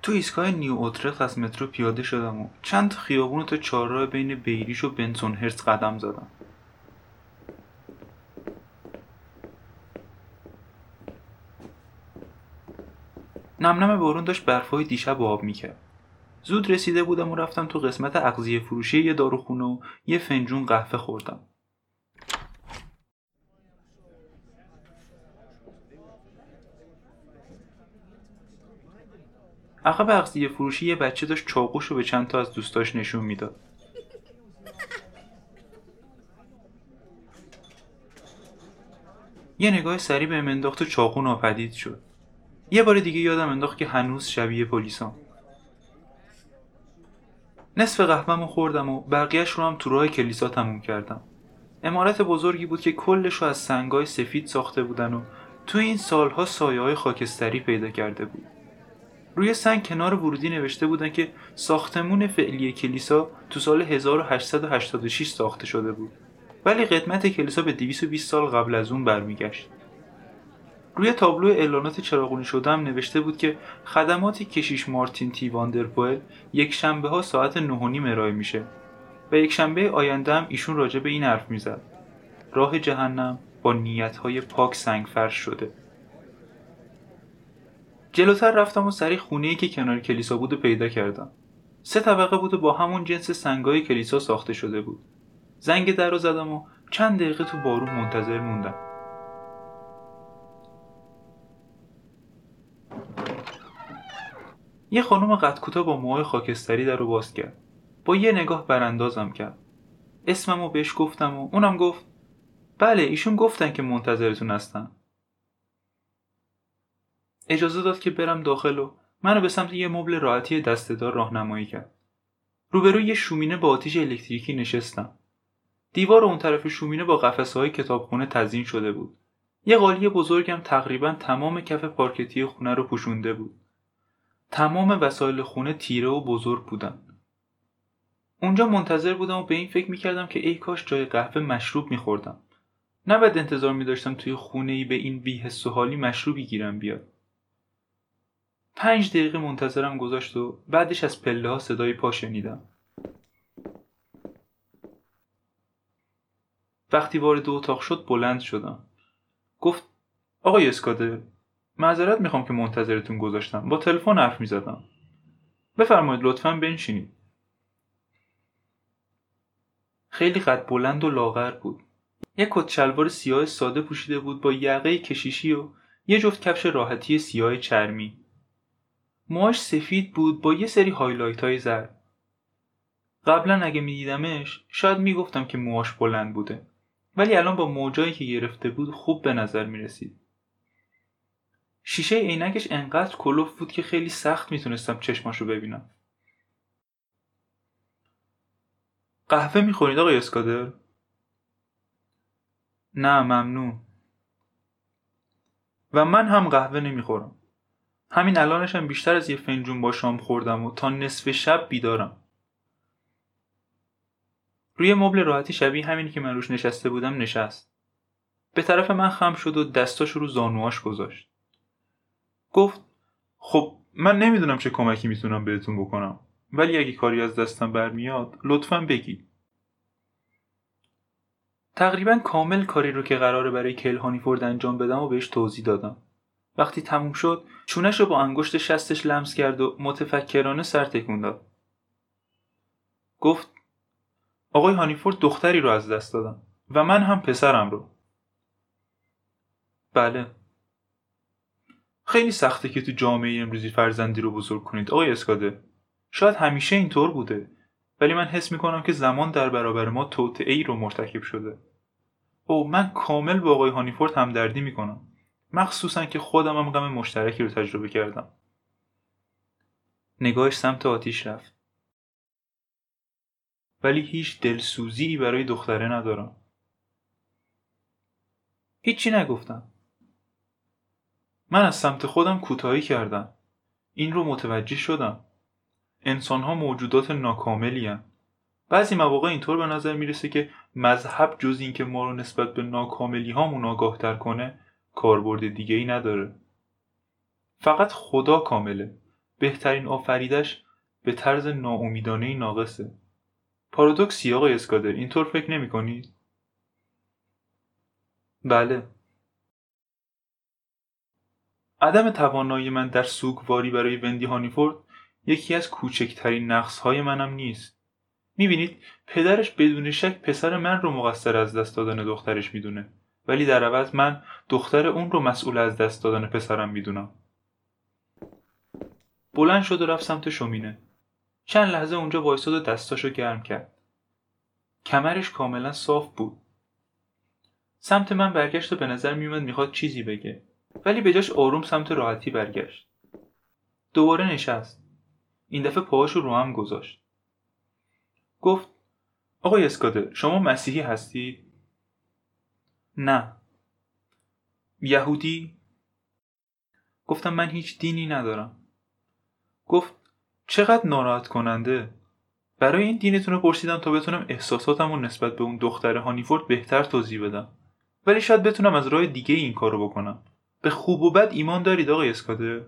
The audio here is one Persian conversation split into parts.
تو ایستگاه نیو اوترخت از مترو پیاده شدم و چند خیابون تا چهارراه بین بیریش و بنسونهرست قدم زدم. نمنم بارون داشت برفای دیشب آب میکرد. زود رسیده بودم و رفتم تو قسمت اغذیه فروشی یه داروخونه و یه فنجون قهوه خوردم. عقب اغذیه فروشی یه بچه داشت چاقوشو به چند تا از دوستاش نشون میداد. یه نگاه سریع بهم انداخت و چاقو ناپدید شد. یه بار دیگه یادم انداخت که هنوز شبیه پلیسام. نصف قهوه‌مو خوردم و بقیه‌اش رو هم تو راه کلیسا تموم کردم. عمارت بزرگی بود که کلش رو از سنگای سفید ساخته بودن و تو این سالها سایه‌های خاکستری پیدا کرده بود. روی سنگ کنار ورودی نوشته بودن که ساختمون فعلی کلیسا تو سال 1886 ساخته شده بود، ولی قدمت کلیسا به 220 سال قبل از اون برمیگشت. روی تابلو اعلانات چراغونی شده هم نوشته بود که خدمات کشیش مارتین تی واندرپوئل یک شنبه ها ساعت 9:30 ارائه میشه و یک شنبه آینده هم ایشون راجع به این حرف میزد: راه جهنم با نیت‌های پاک سنگفرش شده. جلوتر رفتم و سری خونه‌ای که کنار کلیسا بود و پیدا کردم. 3 طبقه بود و با همون جنس سنگای کلیسا ساخته شده بود. زنگ در رو زدم و چند دقیقه تو بارون منتظر موندم. یه خانم قد کوتاه با موهای خاکستری در رو باز کرد. با یه نگاه براندازم کرد. اسممو بهش گفتم و اونم گفت بله ایشون گفتن که منتظرتون هستن. اجازه داد که برم داخل و منو به سمت یه مبل راحتی دسته‌دار راهنمایی کرد. روبروی یه شومینه با آتیش الکتریکی نشستم. دیوار اون طرف شومینه با قفسه‌های کتابخونه تزیین شده بود. یه قالی بزرگم تقریباً تمام کف پارکتی خونه رو پوشونده بود. تمام وسایل خونه تیره و بزرگ بودن. اونجا منتظر بودم و به این فکر می‌کردم که ای کاش جای قهوه مشروب می‌خوردم. نباید انتظار می‌داشتم توی خونه‌ای به این بی‌حس و حالی مشروبی گیرم بیاد. 5 دقیقه منتظرم گذاشت و بعدش از پله‌ها صدای پا شنیدم. وقتی وارد اتاق شد بلند شدم. گفت آقای اسکادر، معذرت میخوام که منتظرتون گذاشتم. با تلفن حرف میزدم. بفرمایید لطفاً بنشینید. خیلی قد بلند و لاغر بود. یک کت شلوار سیاه ساده پوشیده بود با یقه کشیشی و یه جفت کفش راحتی سیاه چرمی. موهاش سفید بود با یه سری هایلایت‌های زرد. قبلا اگه میدیدمش شاید میگفتم که موهاش بلند بوده، ولی الان با موجایی که گرفته بود خوب به نظر میرسید. شیشه عینکش انقدر کلوف بود که خیلی سخت میتونستم چشماشو ببینم. قهوه میخورید آقای اسکادر؟ نه ممنون. و من هم قهوه نمیخورم. همین الانشم بیشتر از یه فنجون با شام خوردم و تا نصف شب بیدارم. روی مبل راحتی شبیه همینی که من روش نشسته بودم نشست. به طرف من خم شد و دستاشو رو زانواش گذاشت. گفت خب من نمیدونم چه کمکی میتونم بهتون بکنم، ولی اگه کاری از دستم برمیاد لطفاً بگید. تقریباً کامل کاری رو که قراره برای کیل هانیفورد انجام بدم و بهش توضیح دادم. وقتی تموم شد چونش رو با انگشت شستش لمس کرد و متفکرانه سر تکون داد. گفت آقای هانیفورد دختری رو از دست دادم و من هم پسرم رو. بله. خیلی سخته که تو جامعه امروزی فرزندی رو بزرگ کنید آقای اسکاده. شاید همیشه اینطور بوده، ولی من حس میکنم که زمان در برابر ما توطئه‌ای رو مرتکب شده. من کامل با آقای هانیفورد همدردی میکنم، مخصوصا که خودم هم غم مشترکی رو تجربه کردم. نگاهش سمت آتیش رفت. ولی هیچ دلسوزی برای دختره ندارم. هیچی نگفتم. من از سمت خودم کوتاهی کردم. این رو متوجه شدم. انسان‌ها موجودات ناکاملی هستند. بعضی مواقع اینطور به نظر میرسه که مذهب جز این که ما رو نسبت به ناکاملی هامون آگاه‌تر کنه کاربرد دیگه‌ای نداره. فقط خدا کامله. بهترین آفریدش به طرز ناامیدانه‌ای ناقصه. پارادوکسی آقای اسکادر، اینطور فکر نمی‌کنید؟ بله. عدم توانایی من در سوگواری برای وندی هانیفورد یکی از کوچکترین نقص‌های منم نیست. می‌بینید پدرش بدون شک پسر من رو مقصر از دست دادن دخترش میدونه، ولی در عوض من دختر اون رو مسئول از دست دادن پسرم میدونم. بلند شد و رفت سمت شومینه. چند لحظه اونجا وایساد و دستاشو گرم کرد. کمرش کاملا صاف بود. سمت من برگشت و به نظر میومد میخواد چیزی بگه، ولی به جاش آروم سمت راحتی برگشت. دوباره نشست. این دفعه پاهاشو رو هم گذاشت. گفت آقای اسکادر، شما مسیحی هستی؟ نه. یهودی؟ گفتم من هیچ دینی ندارم. گفت چقدر ناراحت کننده. برای این دینتون رو پرسیدم تا بتونم احساساتم رو نسبت به اون دختر هانیفورد بهتر توضیح بدم، ولی شاید بتونم از راه دیگه این کارو بکنم. به خوب و بد ایمان دارید آقای اسکادر؟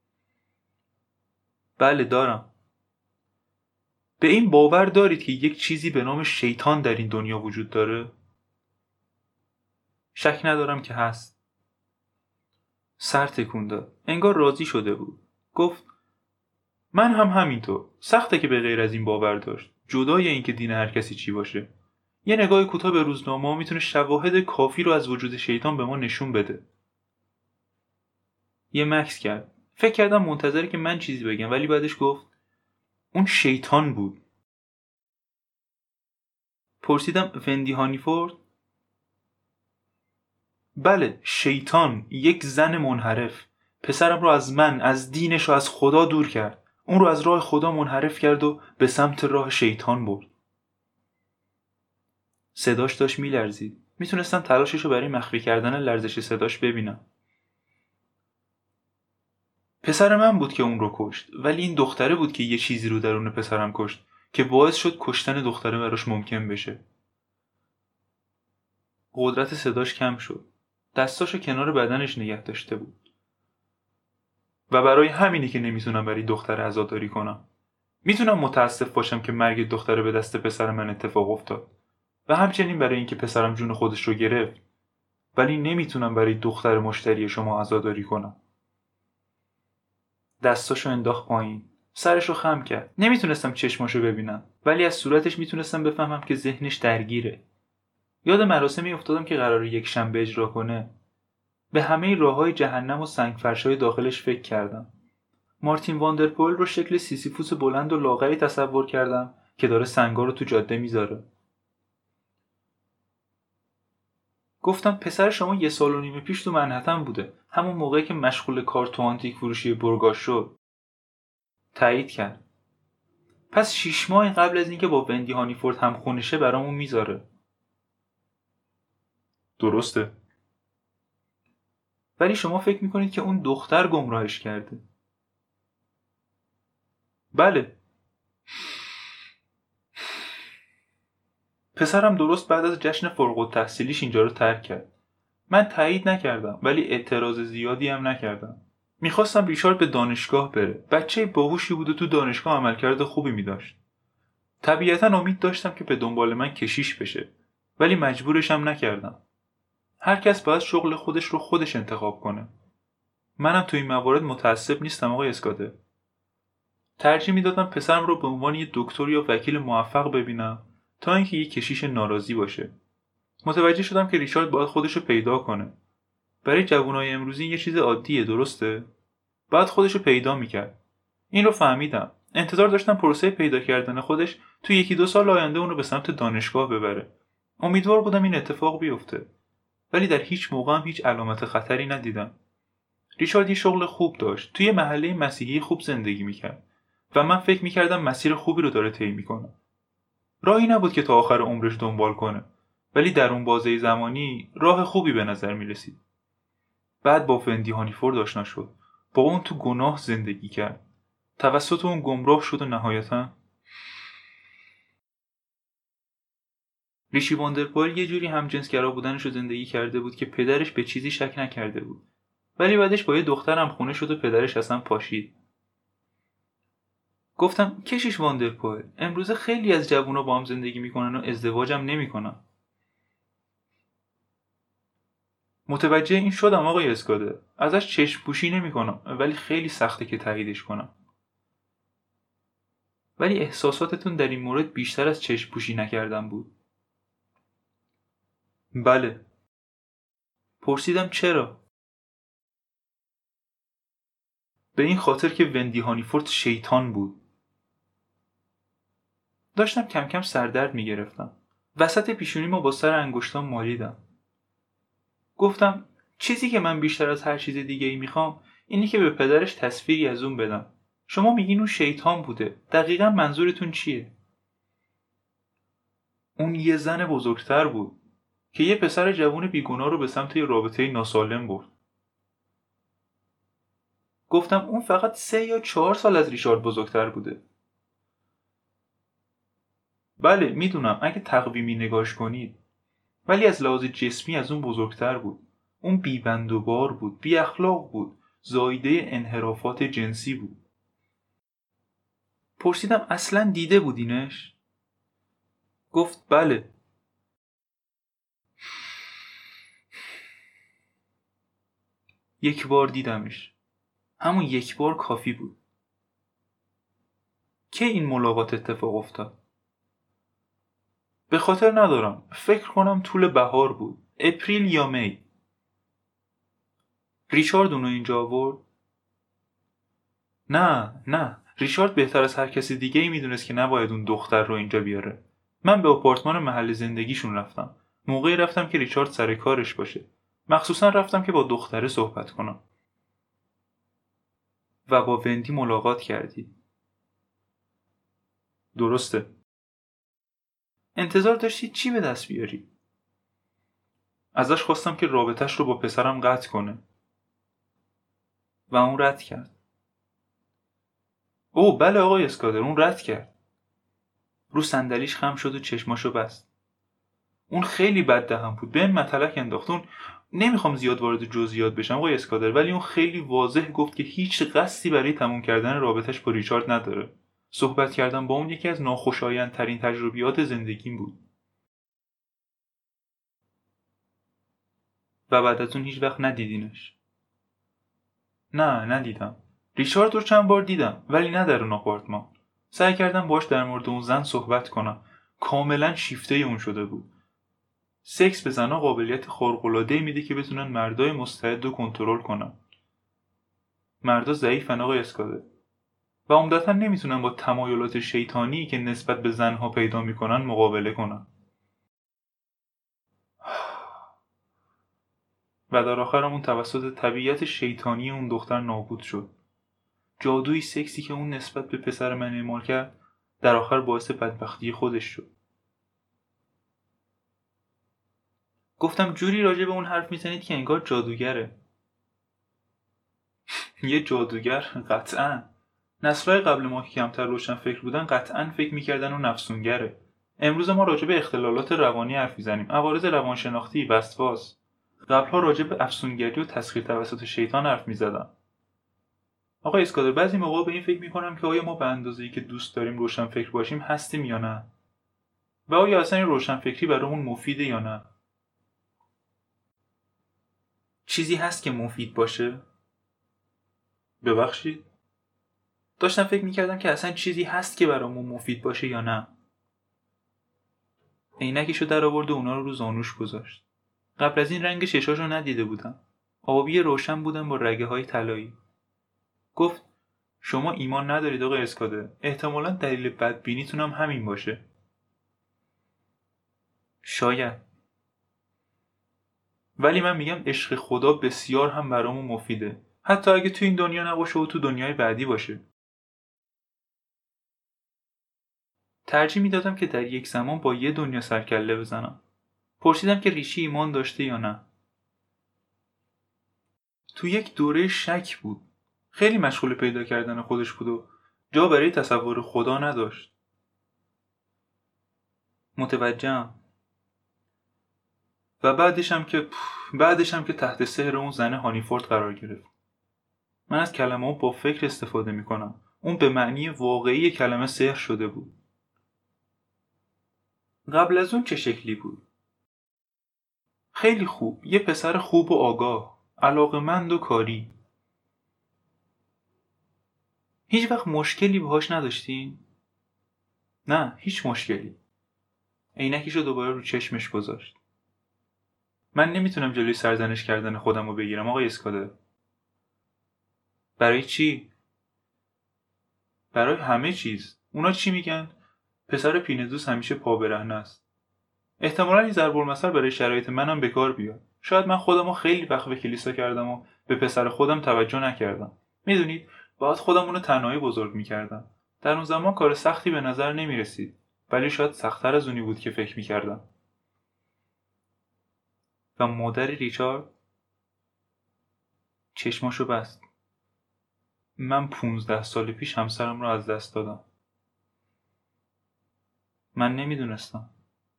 بله دارم. به این باور دارید که یک چیزی به نام شیطان در این دنیا وجود داره؟ شک ندارم که هست. سر تکون داد. انگار راضی شده بود. گفت من هم همینطور. سخته که به غیر از این باور داشت، جدای این که دین هر کسی چی باشه. یه نگاه کوتاه به روزنامه‌ها میتونه شواهد کافی رو از وجود شیطان به ما نشون بده. یه مکث کرد. فکر کردم منتظره که من چیزی بگم، ولی بعدش گفت اون شیطان بود. پرسیدم وندی هانیفورد؟ بله، شیطان، یک زن منحرف. پسرم رو از من، از دینش و از خدا دور کرد. اون رو از راه خدا منحرف کرد و به سمت راه شیطان برد. صداش داشت میلرزید. میتونستم تلاشش رو برای مخفی کردن لرزش صداش ببینم. پسر من بود که اون رو کشت، ولی این دختره بود که یه چیزی رو درون پسرم کشت که باعث شد کشتن دختره براش ممکن بشه. قدرت صداش کم شد. دستاشو کنار بدنش نگه داشته بود. و برای همینی که نمیتونم برای دختر عزاداری کنم. میتونم متاسف باشم که مرگ دختره به دست پسر من اتفاق افتاد و همچنین برای اینکه پسرم جون خودش رو گرفت، ولی نمیتونم برای دختر مشتری شما عزاداری کنم. دستاشو انداخت پایین. سرشو خم کرد. نمیتونستم چشماشو ببینم، ولی از صورتش میتونستم بفهمم که ذهنش درگیره. یاد مراسمی افتادم که قراره یک شنبه اجرا کنه. به همه راههای جهنم و سنگفرشای داخلش فکر کردم. مارتین واندرپول رو شکل سیسیفوس بلند و لاغری تصور کردم که داره سنگا رو تو جاده میذاره. گفتم پسر شما 1.5 سال پیش تو منهتن بوده، همون موقعی که مشغول کار تو آنتیک فروشی برگاش شد. تایید کرد. پس 6 ماه قبل از اینکه با وندی هانیفورد هم خونشه برامون میذاره. درسته. ولی شما فکر میکنید که اون دختر گمراهش کرده؟ بله. پسرم درست بعد از جشن فارغ التحصیلیش اینجا رو ترک کرد. من تایید نکردم، ولی اعتراض زیادی هم نکردم. میخواستم ریچارد به دانشگاه بره. بچه باهوشی بود و تو دانشگاه عملکرد خوبی میداشت. طبیعتا امید داشتم که به دنبال من کشیش بشه، ولی مجبورشم نکردم. هر کس باید شغل خودش رو خودش انتخاب کنه. منم تو این موارد متعصب نیستم آقای اسکاده. ترجیح میدادم پسرم رو به عنوان یه دکتر یا وکیل موفق ببینم تا اینکه یه کشیش ناراضی باشه. متوجه شدم که ریچارد باید خودش رو پیدا کنه. برای جوانای امروزی یه چیز عادیه، درسته؟ باید خودش رو پیدا میکرد. این رو فهمیدم. انتظار داشتم پروسه پیدا کردن خودش تو 1-2 سال آینده اون رو به سمت دانشگاه ببره. امیدوار بودم این اتفاق بیفته. ولی در هیچ موقع هم هیچ علامت خطری ندیدم. ریچارد یه شغل خوب داشت. توی محله مسیحی خوب زندگی میکرد و من فکر میکردم مسیر خوبی رو داره طی میکنه. راهی نبود که تا آخر عمرش دنبال کنه، ولی در اون بازه زمانی راه خوبی به نظر میرسید. بعد با وندی هانیفورد آشنا شد. با اون تو گناه زندگی کرد. توسط اون گمراه شد و نهایتا ریشی واندرپول یه جوری همجنسگرا بودنش رو زندگی کرده بود که پدرش به چیزی شک نکرده بود. ولی بعدش با یه دخترم خونه شد و پدرش اصلا پاشید. گفتم کشیش واندرپوه، امروزه خیلی از جوونا با هم زندگی میکنن و ازدواجم نمیکنن. متوجه این شدم آقای اسکاده. ازش چشم پوشی نمیکنم، ولی خیلی سخته که تاییدش کنم. ولی احساساتتون در این مورد بیشتر از چشم پوشی نکردن بود. بله. پرسیدم چرا؟ به این خاطر که وندی هانیفورد شیطان بود. داشتم کم کم سردرد میگرفتم. وسط پیشونیمو با سر انگشتام مالیدم. گفتم چیزی که من بیشتر از هر چیز دیگه ای میخوام اینی که به پدرش تصویری از اون بدم. شما میگین اون شیطان بوده. دقیقا منظورتون چیه؟ اون یه زن بزرگتر بود که یه پسر جوون بیگناه رو به سمت یه رابطه ناسالم برد. گفتم اون فقط 3 یا 4 سال از ریچارد بزرگتر بوده. بله میدونم اگه تقویمی نگاش کنید، ولی از لحاظ جسمی از اون بزرگتر بود. اون بی‌بند و بار بود، بی اخلاق بود، زایده انحرافات جنسی بود. پرسیدم اصلا دیده بودینش؟ گفت بله. یک بار دیدمش. همون یک بار کافی بود. کی این ملاقات اتفاق افتاد؟ به خاطر ندارم. فکر کنم طول بهار بود. اپریل یا می. ریچارد اونو اینجا آورد؟ نه. ریچارد بهتر از هر کسی دیگه ای میدونست که نباید اون دختر رو اینجا بیاره. من به آپارتمان محل زندگیشون رفتم. موقعی رفتم که ریچارد سر کارش باشه. مخصوصا رفتم که با دختره صحبت کنم. و با وندی ملاقات کردی. درسته. انتظار داشتی چی به دست بیاری؟ ازش خواستم که رابطش رو با پسرم قطع کنه. و اون رد کرد. او بله آقای اسکادر، اون رد کرد. رو صندلیش خم شد و چشماشو بست. اون خیلی بد دهن بود. به مطلق انداخت. اون نمیخوام زیاد وارد جزئیات بشم آقای اسکادر، ولی اون خیلی واضح گفت که هیچ قصدی برای تموم کردن رابطش با ریچارد نداره. صحبت کردن با اون یکی از ناخوشایندترین تجربیات زندگیم بود. و بعد از اون هیچ وقت ندیدینش؟ نه ندیدم. ریچارد رو چند بار دیدم، ولی نه در اون آپارتمان. سعی کردم باش در مورد اون زن صحبت کنم. کاملا شیفته اون شده بود. سکس به زنها قابلیت خارق‌العاده‌ای میده که بتونن مردای مستعد رو کنترل کنن. مردا ضعیفن آقای اسکاده و عمدتاً نمیتونن با تمایلات شیطانی که نسبت به زنها پیدا میکنن مقابله کنن. و در آخرم اون توسط طبیعت شیطانی اون دختر نابود شد. جادوی سکسی که اون نسبت به پسر من اعمال کرد در آخر باعث بدبختی خودش شد. گفتم جوری راجع به اون حرف میزنید که انگار جادوگره. یه جادوگر؟ قطعاً. نسل‌های قبل ما که کمتر روشن فکر بودن قطعاً فکر میکردن اون افسونگره. امروز ما راجع به اختلالات روانی حرف میزنیم، عوارض روانشناختی، وسواس. قبل‌ها راجع به افسونگری و تسخیر توسط شیطان حرف میزدن. آقای اسکادر بعضی موقع به این فکر میکنم که آیا ما به اندازه‌ای که دوست داریم روشن فکر باشیم هستیم یا نه؟ و آیا اصلا این روشن فکری برامون مفیده یا نه؟ چیزی هست که مفید باشه؟ ببخشید؟ داشتم فکر میکردم که اصلا چیزی هست که برامون مفید باشه یا نه. عینکشو در آورد و اونا رو زانوش گذاشت. قبل از این رنگ چشاشو ندیده بودم. آبی روشن بودن با رگه های طلایی. گفت شما ایمان ندارید آقای اسکاده. احتمالاً دلیل بدبینیتون هم همین باشه. شاید. ولی من میگم عشق خدا بسیار هم برامون مفیده. حتی اگه تو این دنیا نباشه و تو دنیای بعدی باشه. ترجیح میدادم که در یک زمان با یه دنیا سرکله بزنم. پرسیدم که ریشی ایمان داشته یا نه. تو یک دوره شک بود. خیلی مشغول پیدا کردن خودش بود و جا برای تصور خدا نداشت. متوجهم. و بعدش هم که تحت سحر اون زن هانیفورد قرار گرفت. من از کلمه‌ها با فکر استفاده میکنم. اون به معنی واقعی کلمه سحر شده بود. قبل از اون چه شکلی بود؟ خیلی خوب، یه پسر خوب و آگاه، علاقه‌مند و کاری. هیچ وقت مشکلی باهاش نداشتین؟ نه، هیچ مشکلی. عینکیشو دوباره رو چشمش گذاشت. من نمیتونم جلوی سرزنش کردن خودم رو بگیرم آقای اسکادر. برای چی؟ برای همه چیز. اونا چی میگن؟ پسر پینه‌دوست همیشه پا برهنه است. احتمالاً این ضرب المثل برای شرایط منم به کار بیاد. شاید من خودمو خیلی وقت به کلیسا کردم و به پسر خودم توجه نکردم. میدونید، باید خودمونو تنهایی بزرگ میکردم. در اون زمان کار سختی به نظر نمیرسید، ولی شاید سخت‌تر از اونی بود که فکر میکردم. و مادر ریچارد چشماشو بست. من 15 سال پیش همسرم رو از دست دادم. من نمیدونستم.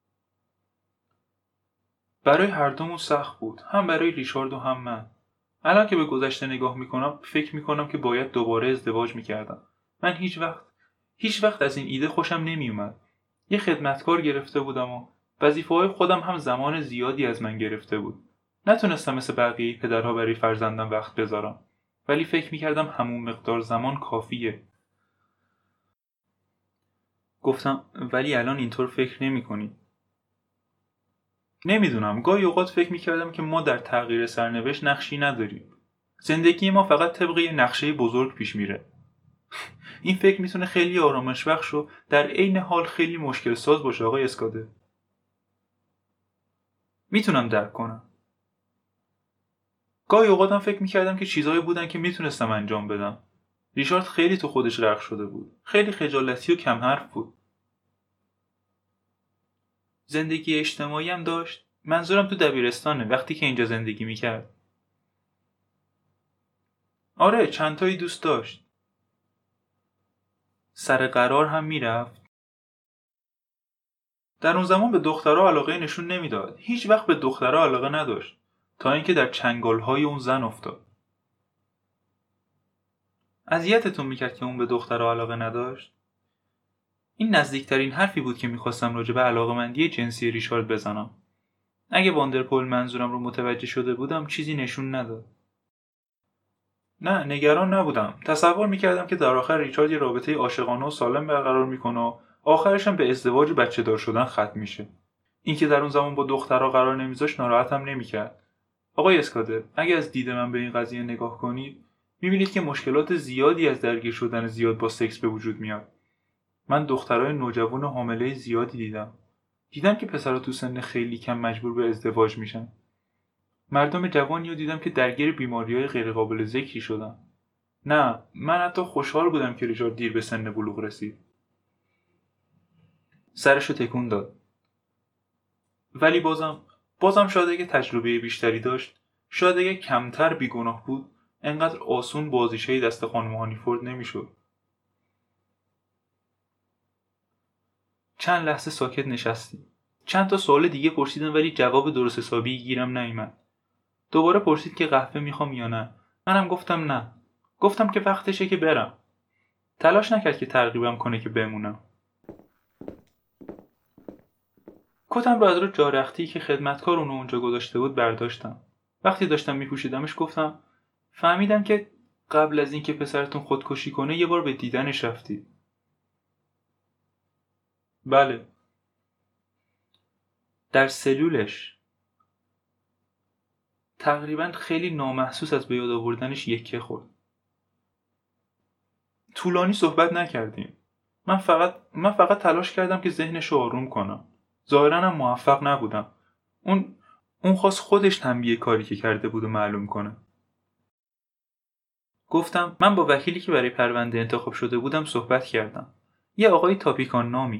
برای هر دومون سخت بود، هم برای ریچارد و هم من. الان که به گذشته نگاه میکنم فکر میکنم که باید دوباره ازدواج میکردم. من هیچ وقت از این ایده خوشم نمیومد. یه خدمتکار گرفته بودم و وظیفه‌های خودم هم زمان زیادی از من گرفته بود. نتونستم مثل بقیه پدرها برای فرزندم وقت بذارم. ولی فکر میکردم همون مقدار زمان کافیه. گفتم ولی الان اینطور فکر نمی‌کنی. نمیدونم، گاهی اوقات فکر میکردم که ما در تغییر سرنوشت نقشی نداریم. زندگی ما فقط طبق یه نقشه بزرگ پیش میره. این فکر میتونه خیلی آرامش بخش و در عین حال خیلی مشکل ساز باشه آقای اسکاده. میتونم درک کنم. گاهی اوقاتم فکر میکردم که چیزایی بودن که میتونستم انجام بدم. ریچارد خیلی تو خودش غرق شده بود. خیلی خجالتی و کم حرف بود. زندگی اجتماعی هم داشت. منظورم تو دبیرستانه، وقتی که اینجا زندگی میکرد. آره، چند تایی دوست داشت. سر قرار هم میرفت. در اون زمان به دخترها علاقه نشون نمیداد. هیچ وقت به دخترها علاقه نداشت تا اینکه در چنگالهای اون زن افتاد. اذیتتون میکرد که اون به دخترها علاقه نداشت؟ این نزدیکترین حرفی بود که میخواستم راجع به علاقه‌مندی جنسی ریچارد بزنم. اگه واندرپول منظورم رو متوجه شده بودم چیزی نشون نداد. نه، نگران نبودم. تصور میکردم که در آخر ریچارد یه رابطه عاشقانه و سالم برقرار میکنه و آخرش هم به ازدواج و بچه دار شدن ختم میشه. اینکه در اون زمان با دخترها قرار نمیذاشت ناراحتم نمیکرد. آقای اسکادر، اگه از دید من به این قضیه نگاه کنید، میبینید که مشکلات زیادی از درگیر شدن زیاد با سکس به وجود میاد. من دخترای نوجوان و حامله زیادی دیدم که پسرا تو سن خیلی کم مجبور به ازدواج میشن. مردم جوانی رو دیدم که درگیر بیماریهای غیرقابل ذکری شدن. نه، من حتی خوشحال بودم که ریچارد دیر به سن بلوغ رسید. سرشو تکون داد. ولی بازم شاید اگه تجربه بیشتری داشت، شاید اگه کمتر بیگناه بود، انقدر آسون بازیشای دست خانم هانیفورد نمیشد. چند لحظه ساکت نشستیم. چند تا سوال دیگه پرسیدم ولی جواب درست حسابی گیرم نیامد. دوباره پرسید که قهوه میخوام یا نه. منم گفتم نه. گفتم که وقتشه که برم. تلاش نکرد که ترغیبم کنه که بمونم. کتم رو از رو جارختی که خدمتکار اونو اونجا گذاشته بود برداشتم. وقتی داشتم میپوشیدمش گفتم فهمیدم که قبل از اینکه پسرتون خودکشی کنه یه بار به دیدنش رفتی. بله. در سلولش. تقریبا خیلی نامحسوس از به یاد آوردنش یکه خورد. طولانی صحبت نکردیم. من فقط تلاش کردم که ذهنش رو آروم کنم. ظاهراً هم موفق نبودم. اون خواست خودش تنبیه کاری که کرده بود و معلوم کنه. گفتم من با وکیلی که برای پرونده انتخاب شده بودم صحبت کردم. یه آقای تاپیکان نامی.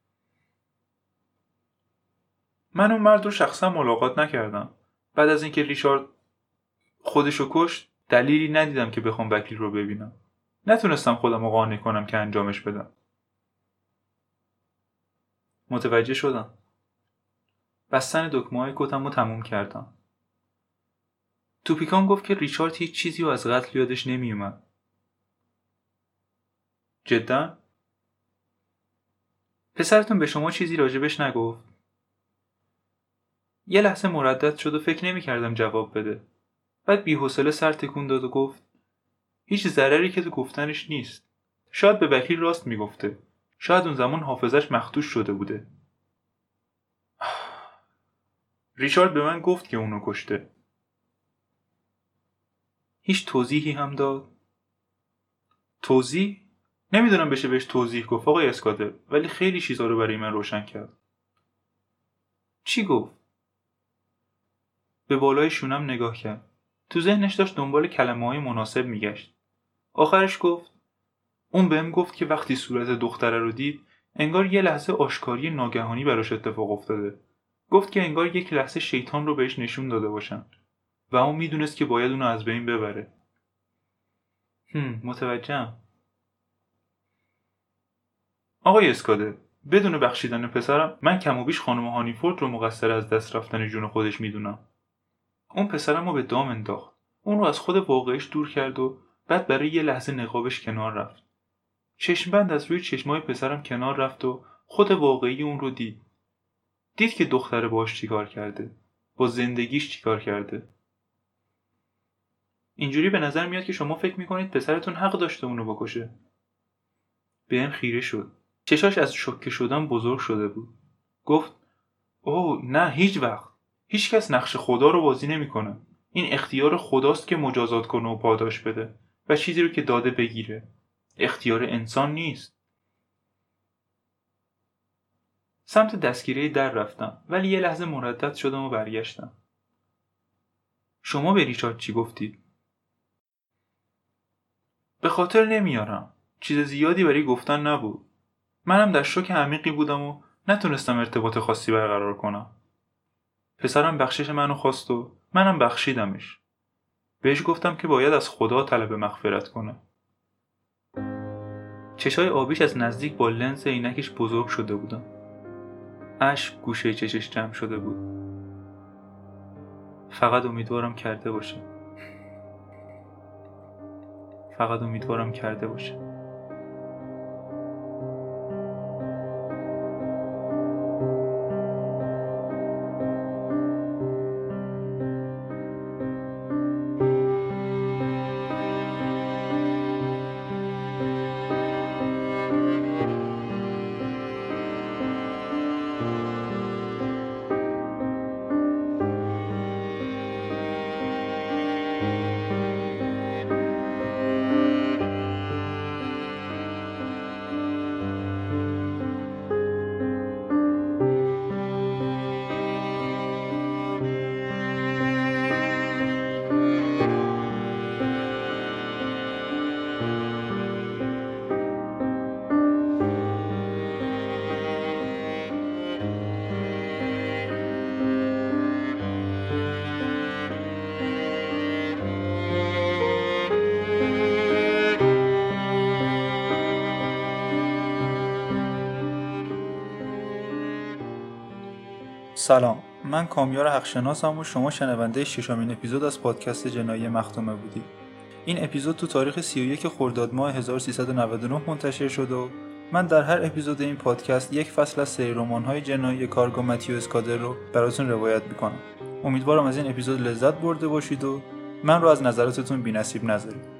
من اون مرد رو شخصا ملاقات نکردم. بعد از اینکه ریچارد خودشو کشت دلیلی ندیدم که بخوام وکیل رو ببینم. نتونستم خودم رو قانع کنم که انجامش بدم. متوجه شدم. بستن دکمه‌های کتم رو تموم کردم. توپیکان گفت که ریچارد هیچ چیزی رو از قتل یادش نمیومد. جدا؟ پسرتون به شما چیزی راجبش نگفت؟ یه لحظه مردد شد و فکر نمی‌کردم جواب بده. بعد بی‌حوصله سر تکون داد و گفت هیچ ضرری که تو گفتنش نیست. شاید به وکیل راست میگفته. شاید اون زمان حافظش مخدوش شده بوده. ریچارد به من گفت که اونو کشته. هیچ توضیحی هم داد؟ توضیح؟ نمیدونم بشه بهش توضیح گفت آقای اسکاتر، ولی خیلی چیزا رو برای من روشن کرد. چی گفت؟ به بالای شونم نگاه کرد. تو ذهنش داشت دنبال کلمه‌های مناسب میگشت. آخرش گفت اون بهم گفت که وقتی صورت دختره رو دید انگار یه لحظه آشکاری ناگهانی براش اتفاق افتاده. گفت که انگار یک لحظه شیطان رو بهش نشون داده باشن و اون میدونست که باید اونو از بین ببره. متوجهم. آقای اسکادر، بدون بخشیدن پسرم من کم و بیش خانم هانیفورد رو مقصر از دست رفتن جون خودش میدونم. اون پسرم رو به دام انداخت. اون رو از خود واقعش دور کرد و بعد برای یه لحظه نقابش کنار رفت. چشمبند از روی چشمای پسرم کنار رفت و خود واقعی اون رو دید. دید که دختره باش چیکار کرده. با زندگیش چیکار کرده. اینجوری به نظر میاد که شما فکر میکنید پسرتون حق داشته اونو بکشه. بهم خیره شد. چشاش از شوکه شدن بزرگ شده بود. گفت اوه نه، هیچ وقت. هیچ کس نقش خدا رو بازی نمیکنه. این اختیار خداست که مجازات کنه و پاداش بده و چیزی رو که داده بگیره. اختیار انسان نیست. سمت دستگیره در رفتم ولی یه لحظه مردد شدم و برگشتم. شما به ریچارد چی گفتید؟ به خاطر نمیارم. چیز زیادی برای گفتن نبود. منم در شوک عمیقی بودم و نتونستم ارتباط خاصی برقرار کنم. پسرم بخشش منو خواست و منم بخشیدمش. بهش گفتم که باید از خدا طلب مغفرت کنه. چشای آبیش از نزدیک با لنز عینکش بزرگ شده بودن. اشک گوشه چشش جمع شده بود. فقط امیدوارم کرده باشه. فقط امیدوارم کرده باشه. سلام، من کامیار حقشناسم و شما شنونده ششمین اپیزود از پادکست جنایی مختومه بودید. این اپیزود تو تاریخ 31 خرداد ماه 1399 منتشر شد و من در هر اپیزود این پادکست یک فصل از سری رمان‌های جنایی کارگو متیو اسکادر رو براتون روایت می‌کنم. امیدوارم از این اپیزود لذت برده باشید و من رو از نظراتتون بی‌نصیب نذارید.